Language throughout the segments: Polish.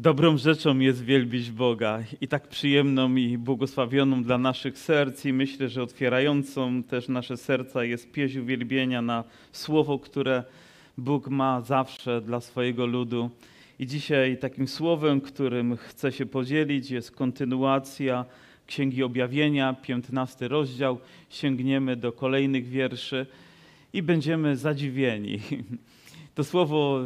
Dobrą rzeczą jest wielbić Boga i tak przyjemną i błogosławioną dla naszych serc i myślę, że otwierającą też nasze serca jest pieśń uwielbienia na słowo, które Bóg ma zawsze dla swojego ludu. I dzisiaj takim słowem, którym chcę się podzielić, jest kontynuacja Księgi Objawienia, 15 rozdział. Sięgniemy do kolejnych wierszy i będziemy zadziwieni. To słowo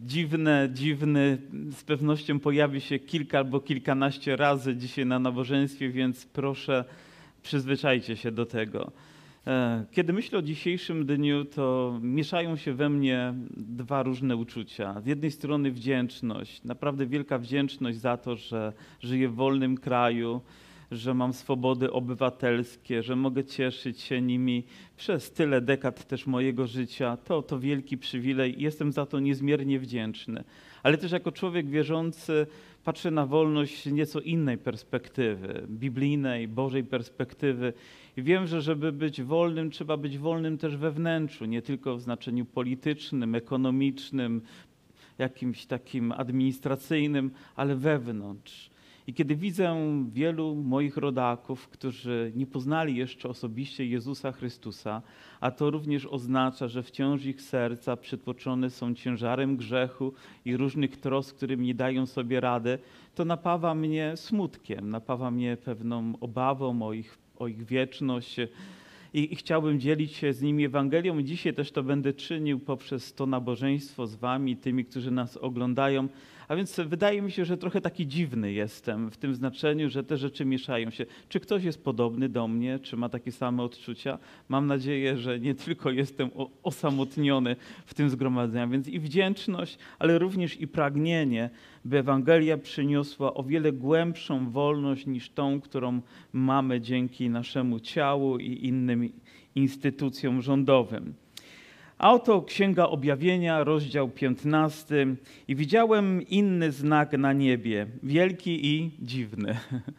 dziwny, z pewnością pojawi się kilka albo kilkanaście razy dzisiaj na nabożeństwie, więc proszę, przyzwyczajcie się do tego. Kiedy myślę o dzisiejszym dniu, to mieszają się we mnie dwa różne uczucia. Z jednej strony wdzięczność, naprawdę wielka wdzięczność za to, że żyję w wolnym kraju, że mam swobody obywatelskie, że mogę cieszyć się nimi przez tyle dekad też mojego życia. To wielki przywilej i jestem za to niezmiernie wdzięczny. Ale też jako człowiek wierzący patrzę na wolność z nieco innej perspektywy, biblijnej, Bożej perspektywy. I wiem, że żeby być wolnym, trzeba być wolnym też we wnętrzu, nie tylko w znaczeniu politycznym, ekonomicznym, jakimś takim administracyjnym, ale wewnątrz. I kiedy widzę wielu moich rodaków, którzy nie poznali jeszcze osobiście Jezusa Chrystusa, a to również oznacza, że wciąż ich serca przytłoczone są ciężarem grzechu i różnych trosk, którym nie dają sobie rady, to napawa mnie smutkiem, napawa mnie pewną obawą o ich wieczność. I chciałbym dzielić się z nimi Ewangelią. Dzisiaj też to będę czynił poprzez to nabożeństwo z wami, tymi, którzy nas oglądają. A więc wydaje mi się, że trochę taki dziwny jestem w tym znaczeniu, że te rzeczy mieszają się. Czy ktoś jest podobny do mnie? Czy ma takie same odczucia? Mam nadzieję, że nie tylko jestem osamotniony w tym zgromadzeniu. Więc i wdzięczność, ale również i pragnienie, by Ewangelia przyniosła o wiele głębszą wolność niż tą, którą mamy dzięki naszemu ciału i innym instytucjom rządowym. A oto Księga Objawienia, rozdział 15. I widziałem inny znak na niebie, wielki i dziwny.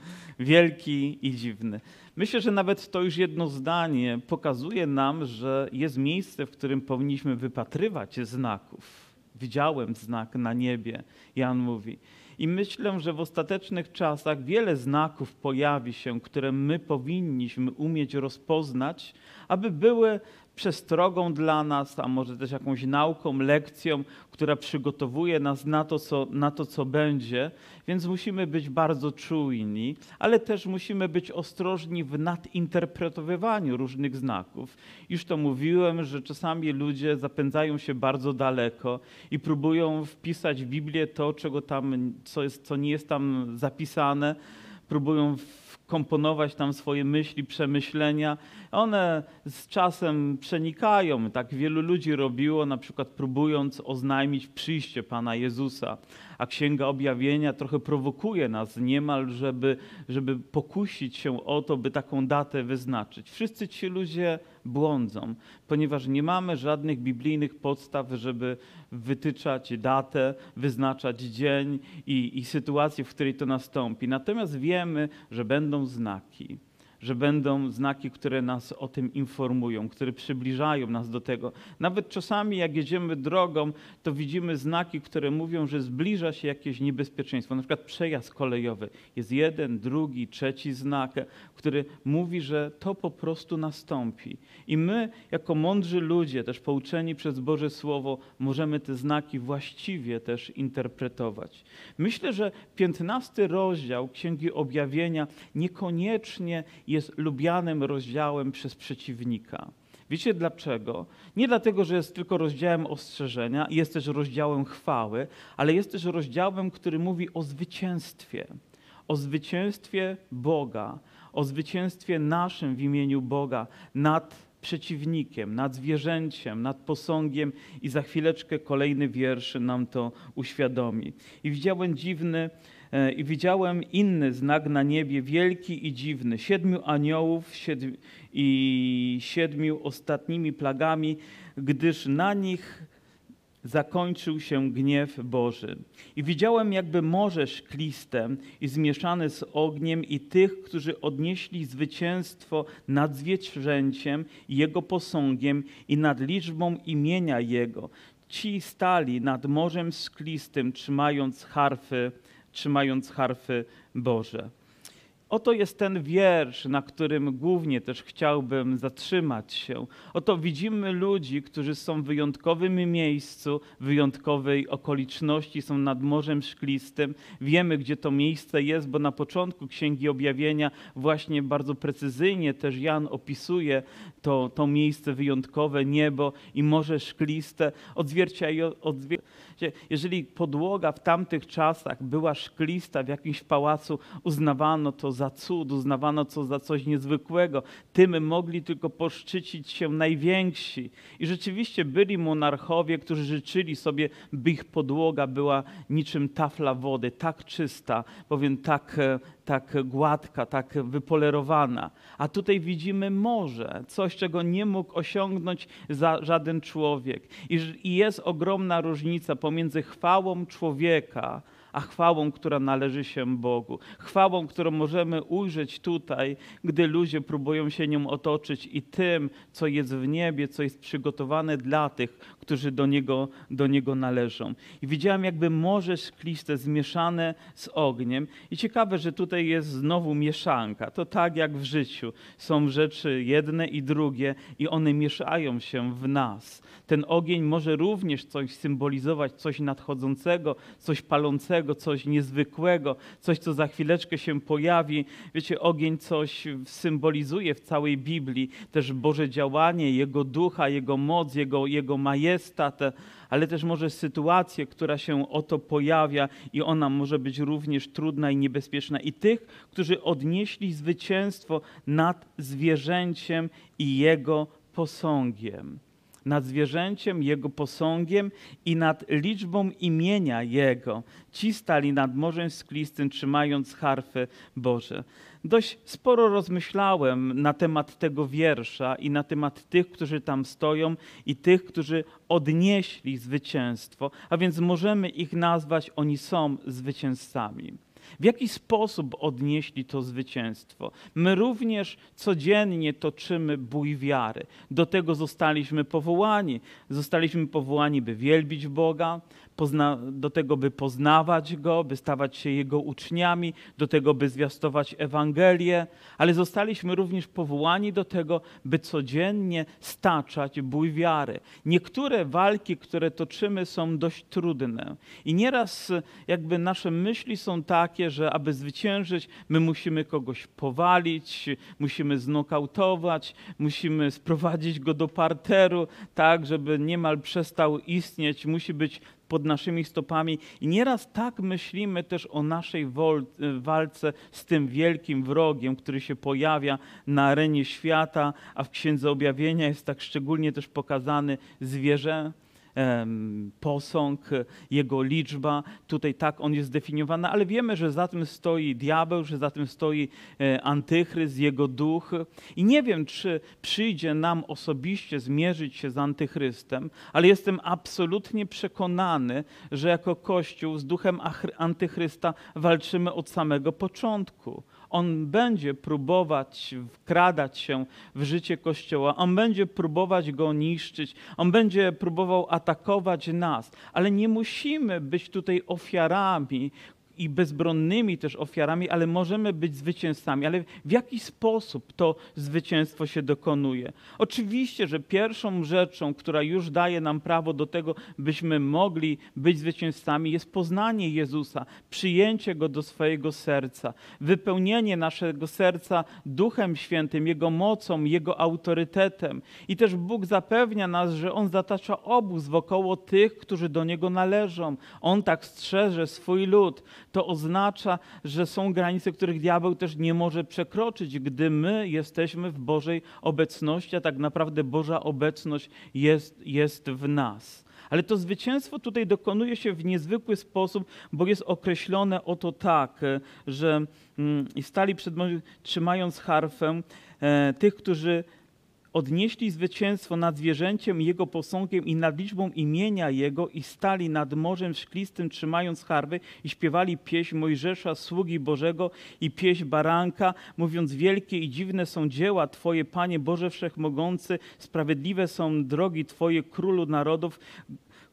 Wielki i dziwny. Myślę, że nawet to już jedno zdanie pokazuje nam, że jest miejsce, w którym powinniśmy wypatrywać znaków. Widziałem znak na niebie, Jan mówi. I myślę, że w ostatecznych czasach wiele znaków pojawi się, które my powinniśmy umieć rozpoznać, aby były przestrogą dla nas, a może też jakąś nauką, lekcją, która przygotowuje nas na to, co będzie. Więc musimy być bardzo czujni, ale też musimy być ostrożni w nadinterpretowywaniu różnych znaków. Już to mówiłem, że czasami ludzie zapędzają się bardzo daleko i próbują wpisać w Biblię to, co nie jest tam zapisane, próbują komponować tam swoje myśli, przemyślenia. One z czasem przenikają. Tak wielu ludzi robiło, na przykład próbując oznajmić przyjście Pana Jezusa. A Księga Objawienia trochę prowokuje nas niemal, żeby pokusić się o to, by taką datę wyznaczyć. Wszyscy ci ludzie błądzą, ponieważ nie mamy żadnych biblijnych podstaw, żeby wytyczać datę, wyznaczać dzień i sytuację, w której to nastąpi. Natomiast wiemy, że będą znaki, które nas o tym informują, które przybliżają nas do tego. Nawet czasami, jak jedziemy drogą, to widzimy znaki, które mówią, że zbliża się jakieś niebezpieczeństwo. Na przykład przejazd kolejowy. Jest jeden, drugi, trzeci znak, który mówi, że to po prostu nastąpi. I my, jako mądrzy ludzie, też pouczeni przez Boże Słowo, możemy te znaki właściwie też interpretować. Myślę, że 15 rozdział Księgi Objawienia niekoniecznie jest lubianym rozdziałem przez przeciwnika. Wiecie dlaczego? Nie dlatego, że jest tylko rozdziałem ostrzeżenia, jest też rozdziałem chwały, ale jest też rozdziałem, który mówi o zwycięstwie Boga, o zwycięstwie naszym w imieniu Boga nad przeciwnikiem, nad zwierzęciem, nad posągiem i za chwileczkę kolejny wiersz nam to uświadomi. I widziałem inny znak na niebie, wielki i dziwny, 7 aniołów i 7 ostatnimi plagami, gdyż na nich zakończył się gniew Boży. I widziałem jakby morze szkliste i zmieszane z ogniem i tych, którzy odnieśli zwycięstwo nad zwierzęciem i jego posągiem i nad liczbą imienia jego. Ci stali nad morzem szklistym, trzymając harfy trzymając harfy Boże. Oto jest ten wiersz, na którym głównie też chciałbym zatrzymać się. Oto widzimy ludzi, którzy są w wyjątkowym miejscu, wyjątkowej okoliczności, są nad Morzem Szklistym. Wiemy, gdzie to miejsce jest, bo na początku Księgi Objawienia właśnie bardzo precyzyjnie też Jan opisuje to miejsce wyjątkowe, niebo i Morze Szkliste. Jeżeli podłoga w tamtych czasach była szklista w jakimś pałacu, uznawano to za cud, uznawano to za coś niezwykłego. Tym mogli tylko poszczycić się najwięksi. I rzeczywiście byli monarchowie, którzy życzyli sobie, by ich podłoga była niczym tafla wody, tak czysta, bowiem tak gładka, tak wypolerowana. A tutaj widzimy morze, coś, czego nie mógł osiągnąć żaden człowiek. I jest ogromna różnica pomiędzy chwałą człowieka, a chwałą, która należy się Bogu. Chwałą, którą możemy ujrzeć tutaj, gdy ludzie próbują się nią otoczyć i tym, co jest w niebie, co jest przygotowane dla tych, którzy do Niego należą. I widziałem jakby morze szkliste zmieszane z ogniem. I ciekawe, że tutaj jest znowu mieszanka. To tak jak w życiu. Są rzeczy jedne i drugie i one mieszają się w nas. Ten ogień może również coś symbolizować, coś nadchodzącego, coś palącego, coś niezwykłego, coś, co za chwileczkę się pojawi. Wiecie, ogień coś symbolizuje w całej Biblii, też Boże działanie, Jego ducha, Jego moc, Jego majestat, ale też może sytuację, która się oto pojawia i ona może być również trudna i niebezpieczna. I tych, którzy odnieśli zwycięstwo nad zwierzęciem i jego posągiem. Nad zwierzęciem, jego posągiem i nad liczbą imienia Jego. Ci stali nad Morzem Szklistym, trzymając harfy Boże. Dość sporo rozmyślałem na temat tego wiersza i na temat tych, którzy tam stoją i tych, którzy odnieśli zwycięstwo, a więc możemy ich nazwać, oni są zwycięzcami. W jaki sposób odnieśli to zwycięstwo? My również codziennie toczymy bój wiary. Do tego zostaliśmy powołani. Zostaliśmy powołani, by wielbić Boga, do tego, by poznawać Go, by stawać się Jego uczniami, do tego, by zwiastować Ewangelię, ale zostaliśmy również powołani do tego, by codziennie staczać bój wiary. Niektóre walki, które toczymy, są dość trudne i nieraz jakby nasze myśli są takie, że aby zwyciężyć, my musimy kogoś powalić, musimy znokautować, musimy sprowadzić go do parteru, tak, żeby niemal przestał istnieć, musi być pod naszymi stopami. I nieraz tak myślimy też o naszej walce z tym wielkim wrogiem, który się pojawia na arenie świata, a w Księdze Objawienia jest tak szczególnie też pokazany zwierzę, posąg, jego liczba. Tutaj tak on jest zdefiniowany, ale wiemy, że za tym stoi diabeł, że za tym stoi antychryst, jego duch. I nie wiem, czy przyjdzie nam osobiście zmierzyć się z antychrystem, ale jestem absolutnie przekonany, że jako Kościół z duchem antychrysta walczymy od samego początku. On będzie próbować wkradać się w życie Kościoła, on będzie próbować go niszczyć, on będzie próbował atakować nas, ale nie musimy być tutaj ofiarami i bezbronnymi też ofiarami, ale możemy być zwycięzcami. Ale w jaki sposób to zwycięstwo się dokonuje? Oczywiście, że pierwszą rzeczą, która już daje nam prawo do tego, byśmy mogli być zwycięzcami, jest poznanie Jezusa, przyjęcie Go do swojego serca, wypełnienie naszego serca Duchem Świętym, Jego mocą, Jego autorytetem. I też Bóg zapewnia nas, że On zatacza obóz wokoło tych, którzy do Niego należą. On tak strzeże swój lud. To oznacza, że są granice, których diabeł też nie może przekroczyć, gdy my jesteśmy w Bożej obecności, a tak naprawdę Boża obecność jest w nas. Ale to zwycięstwo tutaj dokonuje się w niezwykły sposób, bo jest określone oto tak, że stali przed Morzem, trzymając harfę, tych, którzy odnieśli zwycięstwo nad zwierzęciem i jego posągiem i nad liczbą imienia jego i stali nad Morzem Szklistym, trzymając harfy i śpiewali pieśń Mojżesza, sługi Bożego i pieśń Baranka, mówiąc: wielkie i dziwne są dzieła Twoje, Panie Boże Wszechmogący, sprawiedliwe są drogi Twoje, Królu narodów.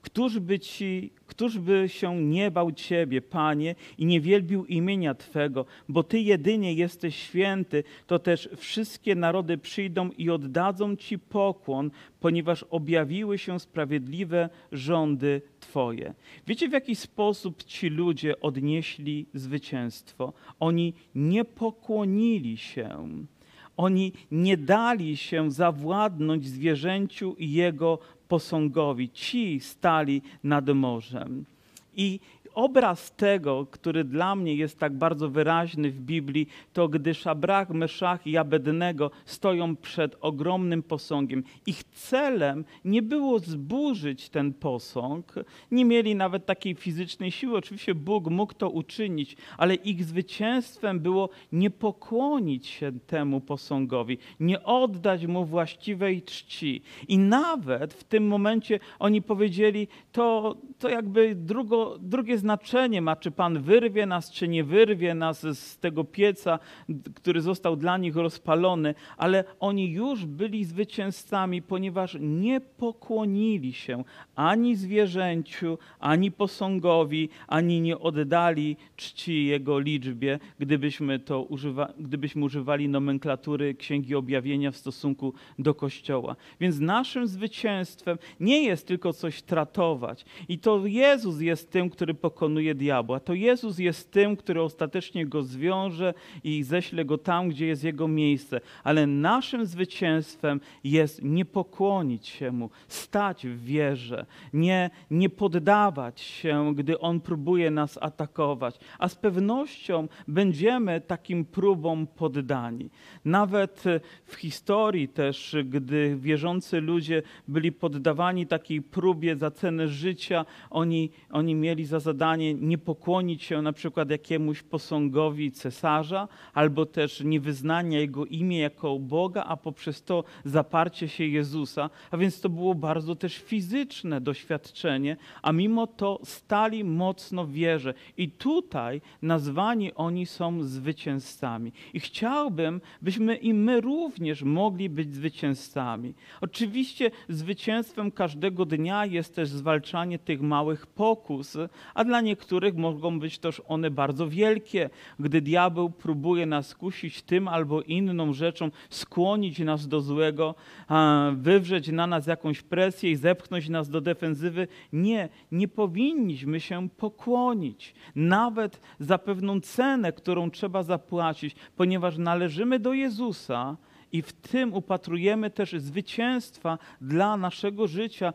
Któż by się nie bał Ciebie, Panie, i nie wielbił imienia Twego, bo Ty jedynie jesteś święty, to też wszystkie narody przyjdą i oddadzą Ci pokłon, ponieważ objawiły się sprawiedliwe rządy Twoje. Wiecie, w jaki sposób ci ludzie odnieśli zwycięstwo? Oni nie pokłonili się. Oni nie dali się zawładnąć zwierzęciu i jego posągowi. Ci stali nad morzem. I obraz tego, który dla mnie jest tak bardzo wyraźny w Biblii, to gdy Szabrach, Meszach i Abednego stoją przed ogromnym posągiem. Ich celem nie było zburzyć ten posąg, nie mieli nawet takiej fizycznej siły. Oczywiście Bóg mógł to uczynić, ale ich zwycięstwem było nie pokłonić się temu posągowi, nie oddać mu właściwej czci. I nawet w tym momencie oni powiedzieli, to jakby drugie znaczenie ma, czy Pan wyrwie nas, czy nie wyrwie nas z tego pieca, który został dla nich rozpalony, ale oni już byli zwycięzcami, ponieważ nie pokłonili się ani zwierzęciu, ani posągowi, ani nie oddali czci jego liczbie, gdybyśmy używali nomenklatury Księgi Objawienia w stosunku do Kościoła. Więc naszym zwycięstwem nie jest tylko coś tratować. I to Jezus jest tym, który pokonuje diabła. To Jezus jest tym, który ostatecznie go zwiąże i ześle go tam, gdzie jest jego miejsce. Ale naszym zwycięstwem jest nie pokłonić się mu, stać w wierze, nie poddawać się, gdy on próbuje nas atakować. A z pewnością będziemy takim próbom poddani. Nawet w historii też, gdy wierzący ludzie byli poddawani takiej próbie za cenę życia, oni mieli za zadanie nie pokłonić się na przykład jakiemuś posągowi cesarza, albo też niewyznania Jego imię jako Boga, a poprzez to zaparcie się Jezusa. A więc to było bardzo też fizyczne doświadczenie, a mimo to stali mocno w wierze. I tutaj nazwani oni są zwycięzcami. I chciałbym, byśmy i my również mogli być zwycięzcami. Oczywiście zwycięstwem każdego dnia jest też zwalczanie tych małych pokus, a dla niektórych mogą być też one bardzo wielkie. Gdy diabeł próbuje nas kusić tym albo inną rzeczą, skłonić nas do złego, wywrzeć na nas jakąś presję i zepchnąć nas do defensywy, nie powinniśmy się pokłonić. Nawet za pewną cenę, którą trzeba zapłacić, ponieważ należymy do Jezusa, i w tym upatrujemy też zwycięstwa dla naszego życia,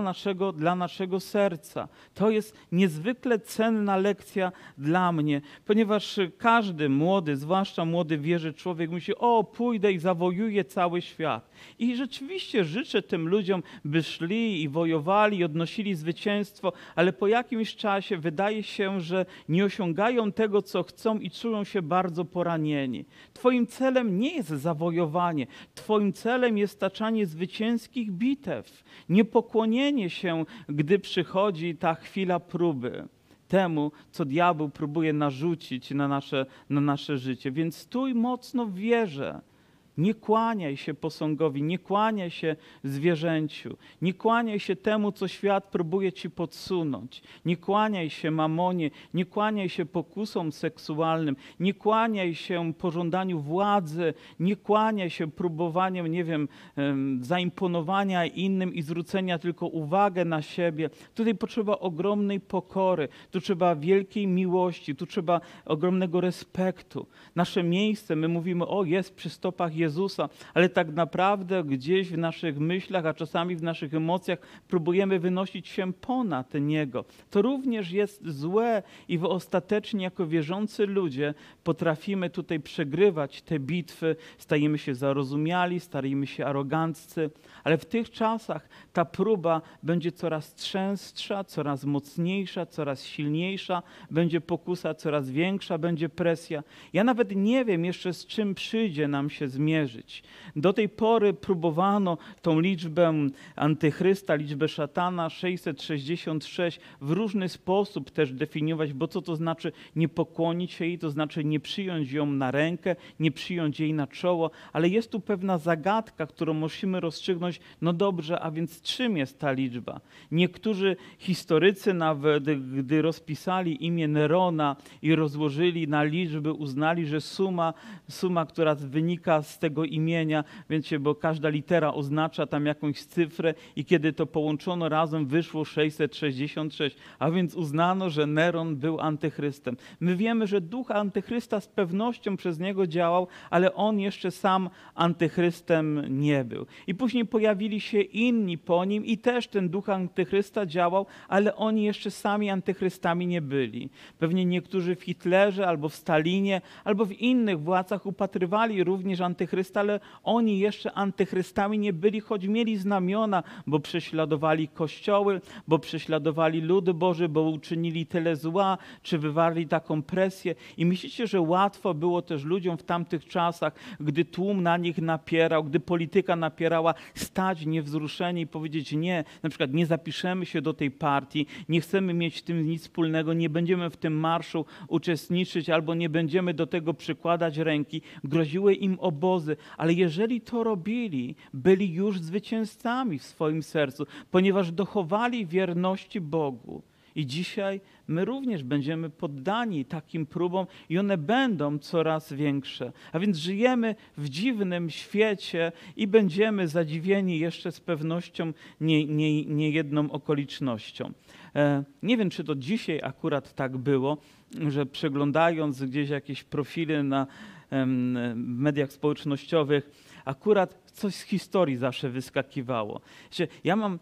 dla naszego serca. To jest niezwykle cenna lekcja dla mnie, ponieważ każdy młody, zwłaszcza młody wierzy człowiek myśli, pójdę i zawojuję cały świat. I rzeczywiście życzę tym ludziom, by szli i wojowali i odnosili zwycięstwo, ale po jakimś czasie wydaje się, że nie osiągają tego, co chcą i czują się bardzo poranieni. Twoim celem nie jest zawojowanie. Twoim celem jest staczanie zwycięskich bitew, niepokłonienie się, gdy przychodzi ta chwila próby temu, co diabeł próbuje narzucić na nasze życie. Więc stój mocno w wierze. Nie kłaniaj się posągowi, nie kłaniaj się zwierzęciu, nie kłaniaj się temu, co świat próbuje ci podsunąć. Nie kłaniaj się mamonie, nie kłaniaj się pokusom seksualnym, nie kłaniaj się pożądaniu władzy, nie kłaniaj się próbowaniu, zaimponowania innym i zwrócenia tylko uwagę na siebie. Tutaj potrzeba ogromnej pokory, tu trzeba wielkiej miłości, tu trzeba ogromnego respektu. Nasze miejsce, my mówimy, jest przy stopach Jezusa, ale tak naprawdę gdzieś w naszych myślach, a czasami w naszych emocjach próbujemy wynosić się ponad Niego. To również jest złe i ostatecznie jako wierzący ludzie potrafimy tutaj przegrywać te bitwy, stajemy się zarozumiali, stajemy się aroganccy, ale w tych czasach ta próba będzie coraz częstsza, coraz mocniejsza, coraz silniejsza, będzie pokusa coraz większa, będzie presja. Ja nawet nie wiem jeszcze, z czym przyjdzie nam się zmierzyć, zmierzyć. Do tej pory próbowano tą liczbę antychrysta, liczbę szatana 666 w różny sposób też definiować, bo co to znaczy nie pokłonić się jej, to znaczy nie przyjąć ją na rękę, nie przyjąć jej na czoło, ale jest tu pewna zagadka, którą musimy rozstrzygnąć. No dobrze, a więc czym jest ta liczba? Niektórzy historycy nawet, gdy rozpisali imię Nerona i rozłożyli na liczby, uznali, że suma, która wynika z tego imienia, wiecie, bo każda litera oznacza tam jakąś cyfrę i kiedy to połączono razem, wyszło 666, a więc uznano, że Neron był antychrystem. My wiemy, że duch antychrysta z pewnością przez niego działał, ale on jeszcze sam antychrystem nie był. I później pojawili się inni po nim i też ten duch antychrysta działał, ale oni jeszcze sami antychrystami nie byli. Pewnie niektórzy w Hitlerze albo w Stalinie, albo w innych władcach upatrywali również antychrysta, ale oni jeszcze antychrystami nie byli, choć mieli znamiona, bo prześladowali kościoły, bo prześladowali lud Boży, bo uczynili tyle zła, czy wywarli taką presję. I myślicie, że łatwo było też ludziom w tamtych czasach, gdy tłum na nich napierał, gdy polityka napierała, stać niewzruszeni i powiedzieć nie, na przykład nie zapiszemy się do tej partii, nie chcemy mieć z tym nic wspólnego, nie będziemy w tym marszu uczestniczyć albo nie będziemy do tego przykładać ręki. Groziły im obozy, ale jeżeli to robili, byli już zwycięzcami w swoim sercu, ponieważ dochowali wierności Bogu. I dzisiaj my również będziemy poddani takim próbom i one będą coraz większe. A więc żyjemy w dziwnym świecie i będziemy zadziwieni jeszcze z pewnością niejedną okolicznością. Nie wiem, czy to dzisiaj akurat tak było, że przeglądając gdzieś jakieś profile na mediach społecznościowych, akurat coś z historii zawsze wyskakiwało. Ja mam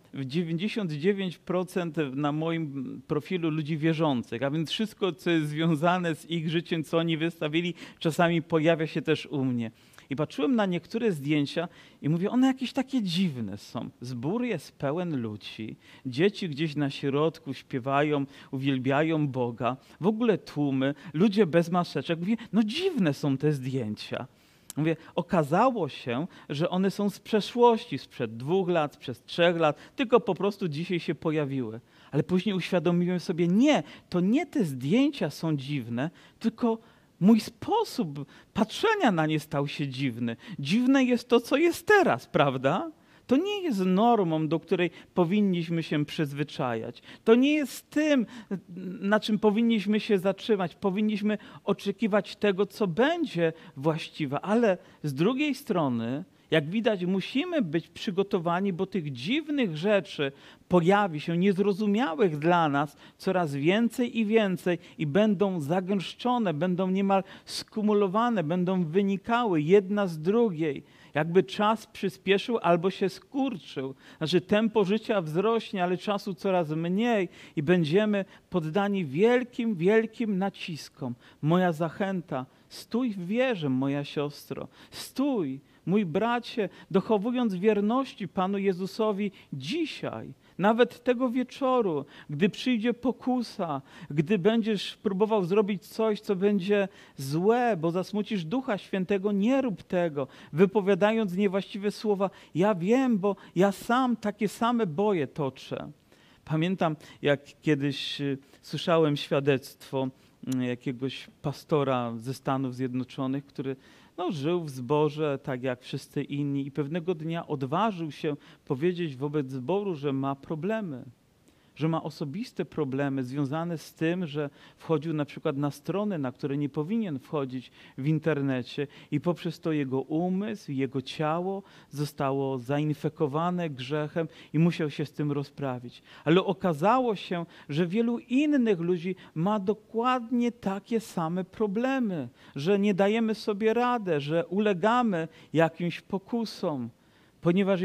99% na moim profilu ludzi wierzących, a więc wszystko, co jest związane z ich życiem, co oni wystawili, czasami pojawia się też u mnie. I patrzyłem na niektóre zdjęcia i mówię, one jakieś takie dziwne są. Zbór jest pełen ludzi, dzieci gdzieś na środku śpiewają, uwielbiają Boga, w ogóle tłumy, ludzie bez maseczek. Mówię, no dziwne są te zdjęcia. Mówię, okazało się, że one są z przeszłości, sprzed 2 lat, sprzed 3 lat, tylko po prostu dzisiaj się pojawiły. Ale później uświadomiłem sobie, nie, to nie te zdjęcia są dziwne, tylko mój sposób patrzenia na nie stał się dziwny. Dziwne jest to, co jest teraz, prawda? To nie jest normą, do której powinniśmy się przyzwyczajać. To nie jest tym, na czym powinniśmy się zatrzymać. Powinniśmy oczekiwać tego, co będzie właściwe. Ale z drugiej strony, jak widać, musimy być przygotowani, bo tych dziwnych rzeczy pojawi się, niezrozumiałych dla nas, coraz więcej i więcej i będą zagęszczone, będą niemal skumulowane, będą wynikały jedna z drugiej. Jakby czas przyspieszył albo się skurczył. Znaczy tempo życia wzrośnie, ale czasu coraz mniej i będziemy poddani wielkim, wielkim naciskom. Moja zachęta, stój w wierze, moja siostro, stój, mój bracie, dochowując wierności Panu Jezusowi dzisiaj, nawet tego wieczoru, gdy przyjdzie pokusa, gdy będziesz próbował zrobić coś, co będzie złe, bo zasmucisz Ducha Świętego, nie rób tego, wypowiadając niewłaściwe słowa. Ja wiem, bo ja sam takie same boje toczę. Pamiętam, jak kiedyś słyszałem świadectwo jakiegoś pastora ze Stanów Zjednoczonych, który żył w zborze tak jak wszyscy inni i pewnego dnia odważył się powiedzieć wobec zboru, że ma problemy, że ma osobiste problemy związane z tym, że wchodził na przykład na strony, na które nie powinien wchodzić w internecie i poprzez to jego umysł, jego ciało zostało zainfekowane grzechem i musiał się z tym rozprawić. Ale okazało się, że wielu innych ludzi ma dokładnie takie same problemy, że nie dajemy sobie radę, że ulegamy jakimś pokusom. Ponieważ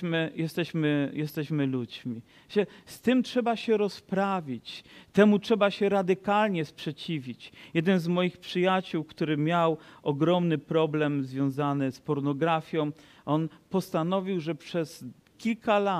jesteśmy ludźmi. Z tym trzeba się rozprawić, temu trzeba się radykalnie sprzeciwić. Jeden z moich przyjaciół, który miał ogromny problem związany z pornografią, on postanowił, że przez kilka lat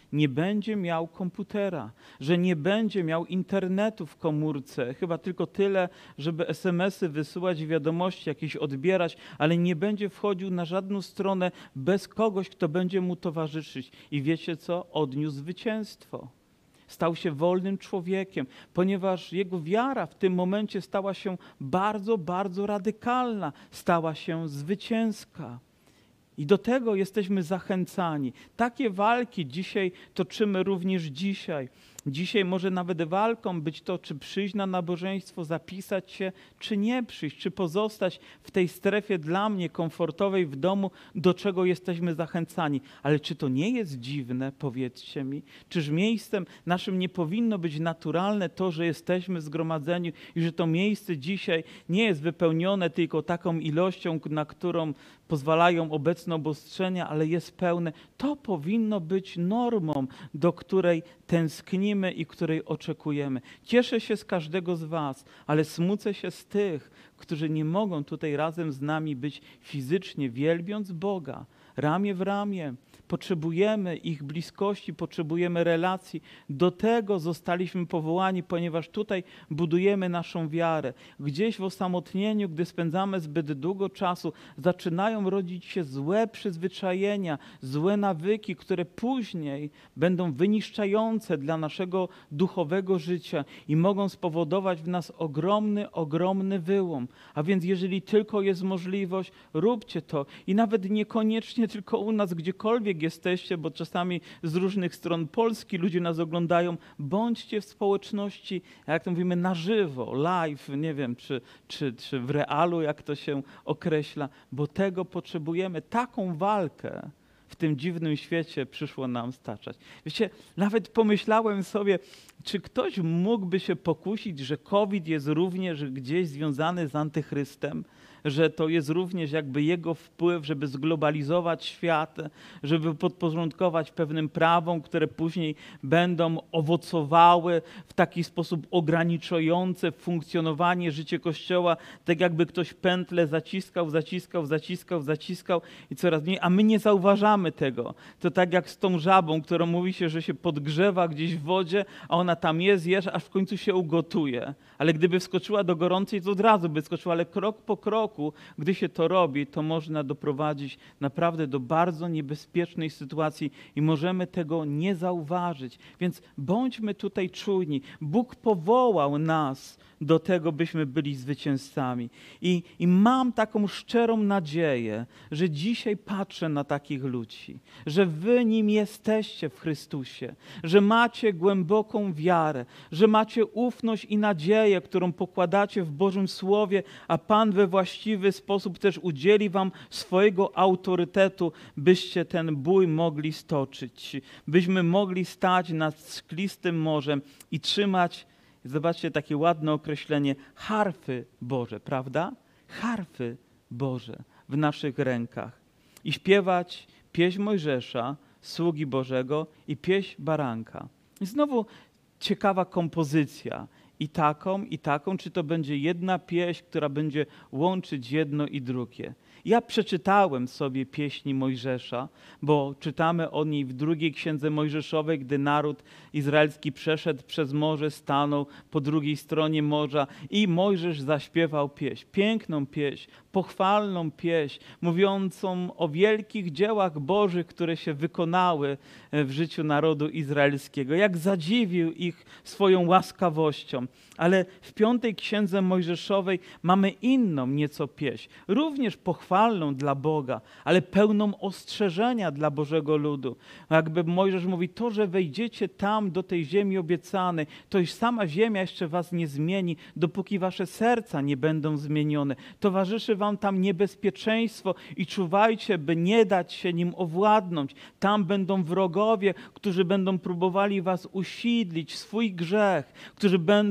nie będzie miał komputera, że nie będzie miał internetu w komórce, chyba tylko tyle, żeby SMS-y wysyłać, wiadomości jakieś odbierać, ale nie będzie wchodził na żadną stronę bez kogoś, kto będzie mu towarzyszyć. I wiecie co? Odniósł zwycięstwo. Stał się wolnym człowiekiem, ponieważ jego wiara w tym momencie stała się bardzo, bardzo radykalna, stała się zwycięska. I do tego jesteśmy zachęcani. Takie walki dzisiaj toczymy również dzisiaj. Dzisiaj może nawet walką być to, czy przyjść na nabożeństwo, zapisać się, czy nie przyjść, czy pozostać w tej strefie dla mnie komfortowej w domu, do czego jesteśmy zachęcani. Ale czy to nie jest dziwne, powiedzcie mi? Czyż miejscem naszym nie powinno być naturalne to, że jesteśmy w zgromadzeniu i że to miejsce dzisiaj nie jest wypełnione tylko taką ilością, na którą pozwalają obecne obostrzenia, ale jest pełne. To powinno być normą, do której tęsknimy i której oczekujemy. Cieszę się z każdego z was, ale smucę się z tych, którzy nie mogą tutaj razem z nami być fizycznie, wielbiąc Boga, ramię w ramię. Potrzebujemy ich bliskości, potrzebujemy relacji. Do tego zostaliśmy powołani, ponieważ tutaj budujemy naszą wiarę. Gdzieś w osamotnieniu, gdy spędzamy zbyt długo czasu, zaczynają rodzić się złe przyzwyczajenia, złe nawyki, które później będą wyniszczające dla naszego duchowego życia i mogą spowodować w nas ogromny, ogromny wyłom. A więc jeżeli tylko jest możliwość, róbcie to. I nawet niekoniecznie tylko u nas, gdziekolwiek jesteście, bo czasami z różnych stron Polski ludzie nas oglądają, bądźcie w społeczności, jak to mówimy, na żywo, live, nie wiem, czy w realu, jak to się określa, bo tego potrzebujemy. Taką walkę w tym dziwnym świecie przyszło nam staczać. Wiecie, nawet pomyślałem sobie, czy ktoś mógłby się pokusić, że COVID jest również gdzieś związany z antychrystem, że to jest również jakby jego wpływ, żeby zglobalizować świat, żeby podporządkować pewnym prawom, które później będą owocowały w taki sposób ograniczający funkcjonowanie, życie Kościoła, tak jakby ktoś pętlę zaciskał i coraz mniej, a my nie zauważamy tego. To tak jak z tą żabą, którą mówi się, że się podgrzewa gdzieś w wodzie, a ona tam jest, aż w końcu się ugotuje. Ale gdyby wskoczyła do gorącej, to od razu by wskoczyła, ale krok po kroku, gdy się to robi, to można doprowadzić naprawdę do bardzo niebezpiecznej sytuacji i możemy tego nie zauważyć. Więc bądźmy tutaj czujni. Bóg powołał nas do tego, byśmy byli zwycięzcami. I mam taką szczerą nadzieję, że dzisiaj patrzę na takich ludzi, że wy nim jesteście w Chrystusie, że macie głęboką wiarę, że macie ufność i nadzieję, którą pokładacie w Bożym Słowie, a Pan we właściwy sposób też udzieli wam swojego autorytetu, byście ten bój mogli stoczyć, byśmy mogli stać nad sklistym morzem i trzymać, zobaczcie takie ładne określenie, harfy Boże, prawda? Harfy Boże w naszych rękach i śpiewać pieśń Mojżesza, sługi Bożego i pieśń Baranka. I znowu ciekawa kompozycja. I taką, czy to będzie jedna pieśń, która będzie łączyć jedno i drugie. Ja przeczytałem sobie pieśni Mojżesza, bo czytamy o niej w drugiej księdze Mojżeszowej, gdy naród izraelski przeszedł przez morze, stanął po drugiej stronie morza i Mojżesz zaśpiewał pieśń, piękną pieśń, pochwalną pieśń, mówiącą o wielkich dziełach Bożych, które się wykonały w życiu narodu izraelskiego, jak zadziwił ich swoją łaskawością. Ale w piątej księdze Mojżeszowej mamy inną nieco pieśń, również pochwalną dla Boga, ale pełną ostrzeżenia dla Bożego ludu. Jakby Mojżesz mówi, to, że wejdziecie tam do tej ziemi obiecanej, to już sama ziemia jeszcze was nie zmieni, dopóki wasze serca nie będą zmienione. Towarzyszy wam tam niebezpieczeństwo i czuwajcie, by nie dać się nim owładnąć. Tam będą wrogowie, którzy będą próbowali was usidlić, swój grzech, którzy będą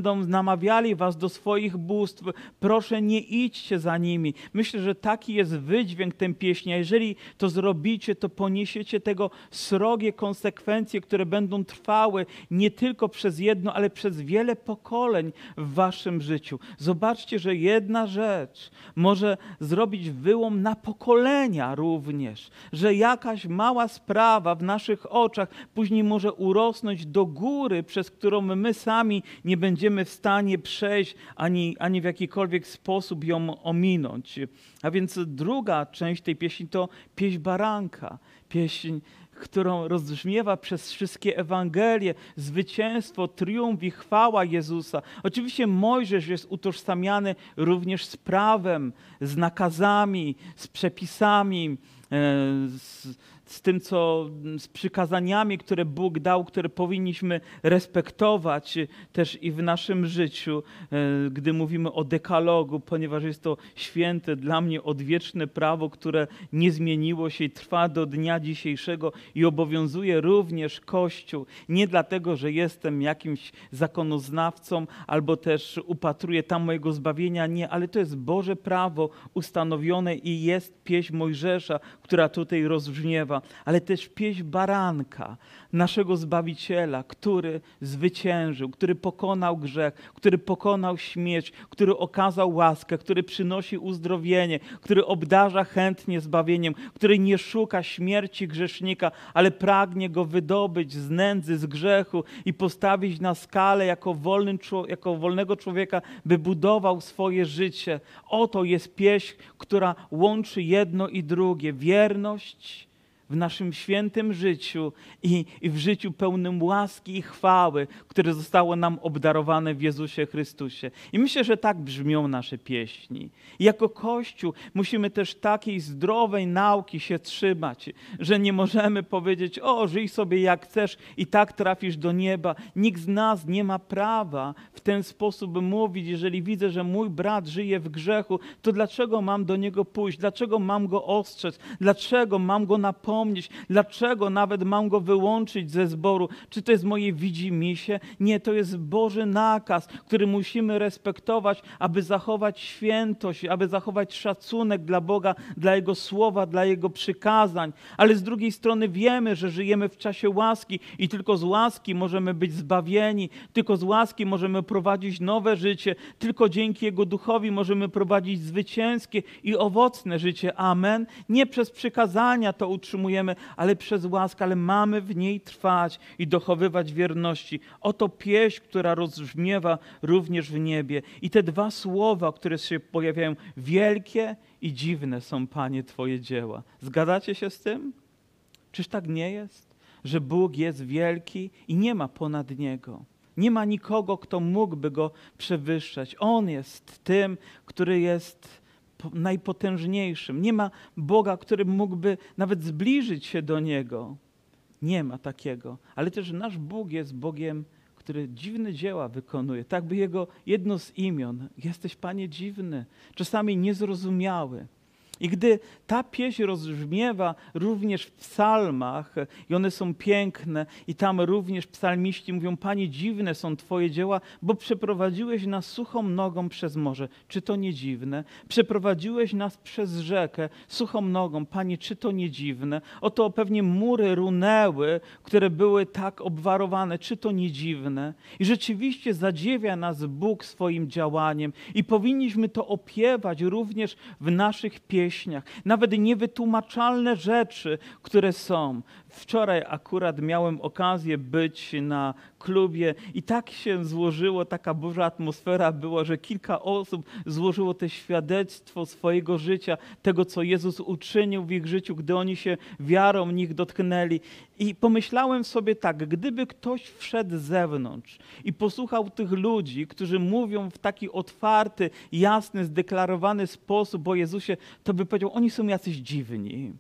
będą namawiali was do swoich bóstw, proszę nie idźcie za nimi. Myślę, że taki jest wydźwięk tej pieśni, a jeżeli to zrobicie, to poniesiecie tego srogie konsekwencje, które będą trwały nie tylko przez jedno, ale przez wiele pokoleń w waszym życiu. Zobaczcie, że jedna rzecz może zrobić wyłom na pokolenia również, że jakaś mała sprawa w naszych oczach później może urosnąć do góry, przez którą my sami nie będziemy w stanie przejść, ani w jakikolwiek sposób ją ominąć. A więc druga część tej pieśni to pieśń baranka, pieśń, którą rozbrzmiewa przez wszystkie Ewangelie, zwycięstwo, triumf i chwała Jezusa. Oczywiście Mojżesz jest utożsamiany również z prawem, z nakazami, z przepisami, z tym, z przykazaniami, które Bóg dał, które powinniśmy respektować też i w naszym życiu, gdy mówimy o dekalogu, ponieważ jest to święte dla mnie odwieczne prawo, które nie zmieniło się i trwa do dnia dzisiejszego i obowiązuje również Kościół. Nie dlatego, że jestem jakimś zakonoznawcą albo też upatruję tam mojego zbawienia, nie, ale to jest Boże prawo ustanowione i jest pieśń Mojżesza, która tutaj rozbrzmiewa, ale też pieśń baranka, naszego Zbawiciela, który zwyciężył, który pokonał grzech, który pokonał śmierć, który okazał łaskę, który przynosi uzdrowienie, który obdarza chętnie zbawieniem, który nie szuka śmierci grzesznika, ale pragnie go wydobyć z nędzy, z grzechu i postawić na skalę jako wolnego człowieka, by budował swoje życie. Oto jest pieśń, która łączy jedno i drugie. Wierność w naszym świętym życiu i w życiu pełnym łaski i chwały, które zostało nam obdarowane w Jezusie Chrystusie. I myślę, że tak brzmią nasze pieśni. I jako Kościół musimy też takiej zdrowej nauki się trzymać, że nie możemy powiedzieć: o, żyj sobie jak chcesz i tak trafisz do nieba. Nikt z nas nie ma prawa w ten sposób mówić: jeżeli widzę, że mój brat żyje w grzechu, to dlaczego mam do niego pójść? Dlaczego mam go ostrzec? Dlaczego mam go napomnieć? Dlaczego nawet mam go wyłączyć ze zboru? Czy to jest moje widzimisię? Nie, to jest Boży nakaz, który musimy respektować, aby zachować świętość, aby zachować szacunek dla Boga, dla Jego słowa, dla Jego przykazań. Ale z drugiej strony wiemy, że żyjemy w czasie łaski i tylko z łaski możemy być zbawieni, tylko z łaski możemy prowadzić nowe życie, tylko dzięki Jego Duchowi możemy prowadzić zwycięskie i owocne życie. Amen. Nie przez przykazania to utrzymujemy, ale przez łaskę, ale mamy w niej trwać i dochowywać wierności. Oto pieśń, która rozbrzmiewa również w niebie. I te dwa słowa, które się pojawiają: wielkie i dziwne są, Panie, Twoje dzieła. Zgadzacie się z tym? Czyż tak nie jest? Że Bóg jest wielki i nie ma ponad Niego. Nie ma nikogo, kto mógłby Go przewyższać. On jest tym, który jest najpotężniejszym. Nie ma Boga, który mógłby nawet zbliżyć się do Niego. Nie ma takiego. Ale też nasz Bóg jest Bogiem, który dziwne dzieła wykonuje. Tak by Jego jedno z imion: jesteś, Panie, dziwny, czasami niezrozumiały. I gdy ta pieśń rozbrzmiewa również w psalmach i one są piękne i tam również psalmiści mówią: Panie, dziwne są Twoje dzieła, bo przeprowadziłeś nas suchą nogą przez morze. Czy to nie dziwne? Przeprowadziłeś nas przez rzekę suchą nogą. Panie, czy to nie dziwne? Oto pewnie mury runęły, które były tak obwarowane. Czy to nie dziwne? I rzeczywiście zadziwia nas Bóg swoim działaniem i powinniśmy to opiewać również w naszych pieśniach. Nawet niewytłumaczalne rzeczy, które są. Wczoraj akurat miałem okazję być na klubie i tak się złożyło, taka Boża atmosfera była, że kilka osób złożyło to świadectwo swojego życia, tego, co Jezus uczynił w ich życiu, gdy oni się wiarą w nich dotknęli. I pomyślałem sobie tak: gdyby ktoś wszedł z zewnątrz i posłuchał tych ludzi, którzy mówią w taki otwarty, jasny, zdeklarowany sposób o Jezusie, to by powiedział: oni są jacyś dziwni.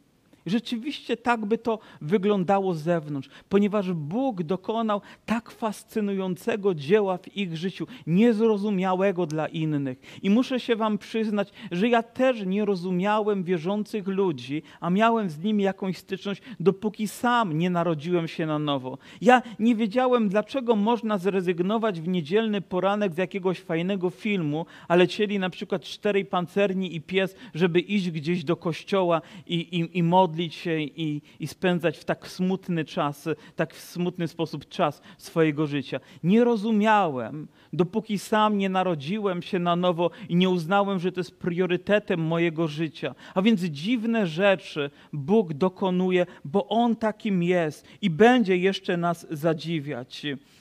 Rzeczywiście tak by to wyglądało z zewnątrz, ponieważ Bóg dokonał tak fascynującego dzieła w ich życiu, niezrozumiałego dla innych. I muszę się wam przyznać, że ja też nie rozumiałem wierzących ludzi, a miałem z nimi jakąś styczność, dopóki sam nie narodziłem się na nowo. Ja nie wiedziałem, dlaczego można zrezygnować w niedzielny poranek z jakiegoś fajnego filmu, a lecieli na przykład 4 pancerni i pies, żeby iść gdzieś do kościoła i modlić się i spędzać w tak smutny czas, tak w smutny sposób czas swojego życia. Nie rozumiałem, dopóki sam nie narodziłem się na nowo i nie uznałem, że to jest priorytetem mojego życia. A więc dziwne rzeczy Bóg dokonuje, bo On takim jest i będzie jeszcze nas zadziwiać.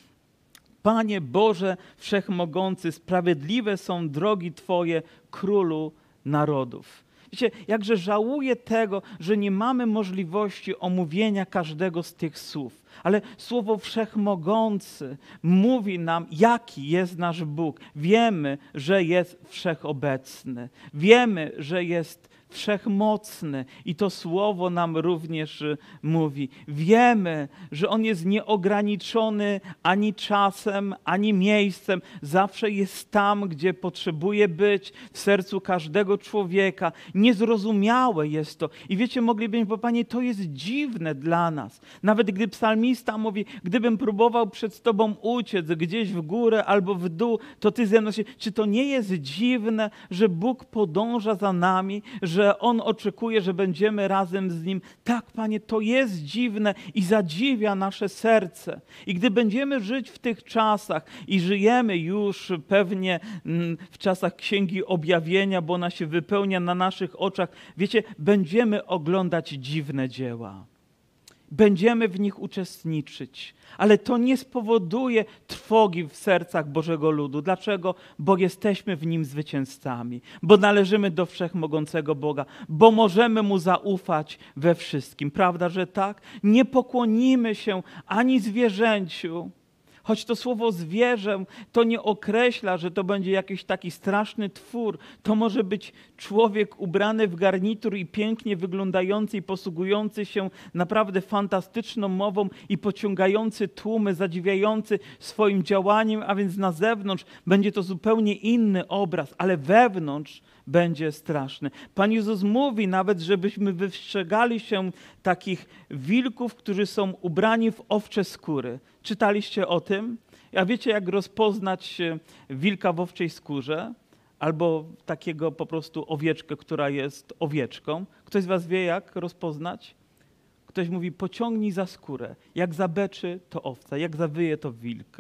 Panie Boże Wszechmogący, sprawiedliwe są drogi Twoje, Królu narodów. Wiecie, jakże żałuję tego, że nie mamy możliwości omówienia każdego z tych słów. Ale słowo Wszechmogący mówi nam, jaki jest nasz Bóg. Wiemy, że jest wszechobecny. Wiemy, że jest wszechmocny i to słowo nam również mówi. Wiemy, że On jest nieograniczony ani czasem, ani miejscem. Zawsze jest tam, gdzie potrzebuje być, w sercu każdego człowieka. Niezrozumiałe jest to. I wiecie, moglibyśmy powiedzieć, Panie, to jest dziwne dla nas. Nawet gdy psalmista mówi, gdybym próbował przed Tobą uciec gdzieś w górę albo w dół, to Ty ze mną się... Czy to nie jest dziwne, że Bóg podąża za nami, że On oczekuje, że będziemy razem z Nim? Tak, Panie, to jest dziwne i zadziwia nasze serce. I gdy będziemy żyć w tych czasach i żyjemy już pewnie w czasach Księgi Objawienia, bo ona się wypełnia na naszych oczach, wiecie, będziemy oglądać dziwne dzieła. Będziemy w nich uczestniczyć, ale to nie spowoduje trwogi w sercach Bożego ludu. Dlaczego? Bo jesteśmy w nim zwycięzcami, bo należymy do Wszechmogącego Boga, bo możemy Mu zaufać we wszystkim. Prawda, że tak? Nie pokłonimy się ani zwierzęciu, choć to słowo zwierzę to nie określa, że to będzie jakiś taki straszny twór. To może być człowiek ubrany w garnitur i pięknie wyglądający i posługujący się naprawdę fantastyczną mową i pociągający tłumy, zadziwiający swoim działaniem, a więc na zewnątrz będzie to zupełnie inny obraz, ale wewnątrz będzie straszny. Pan Jezus mówi nawet, żebyśmy wystrzegali się takich wilków, którzy są ubrani w owcze skóry. Czytaliście o tym? A wiecie, jak rozpoznać wilka w owczej skórze? Albo takiego po prostu owieczkę, która jest owieczką. Ktoś z was wie, jak rozpoznać? Ktoś mówi, pociągnij za skórę. Jak zabeczy, to owca. Jak zawyje, to wilk.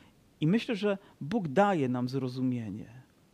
I myślę, że Bóg daje nam zrozumienie,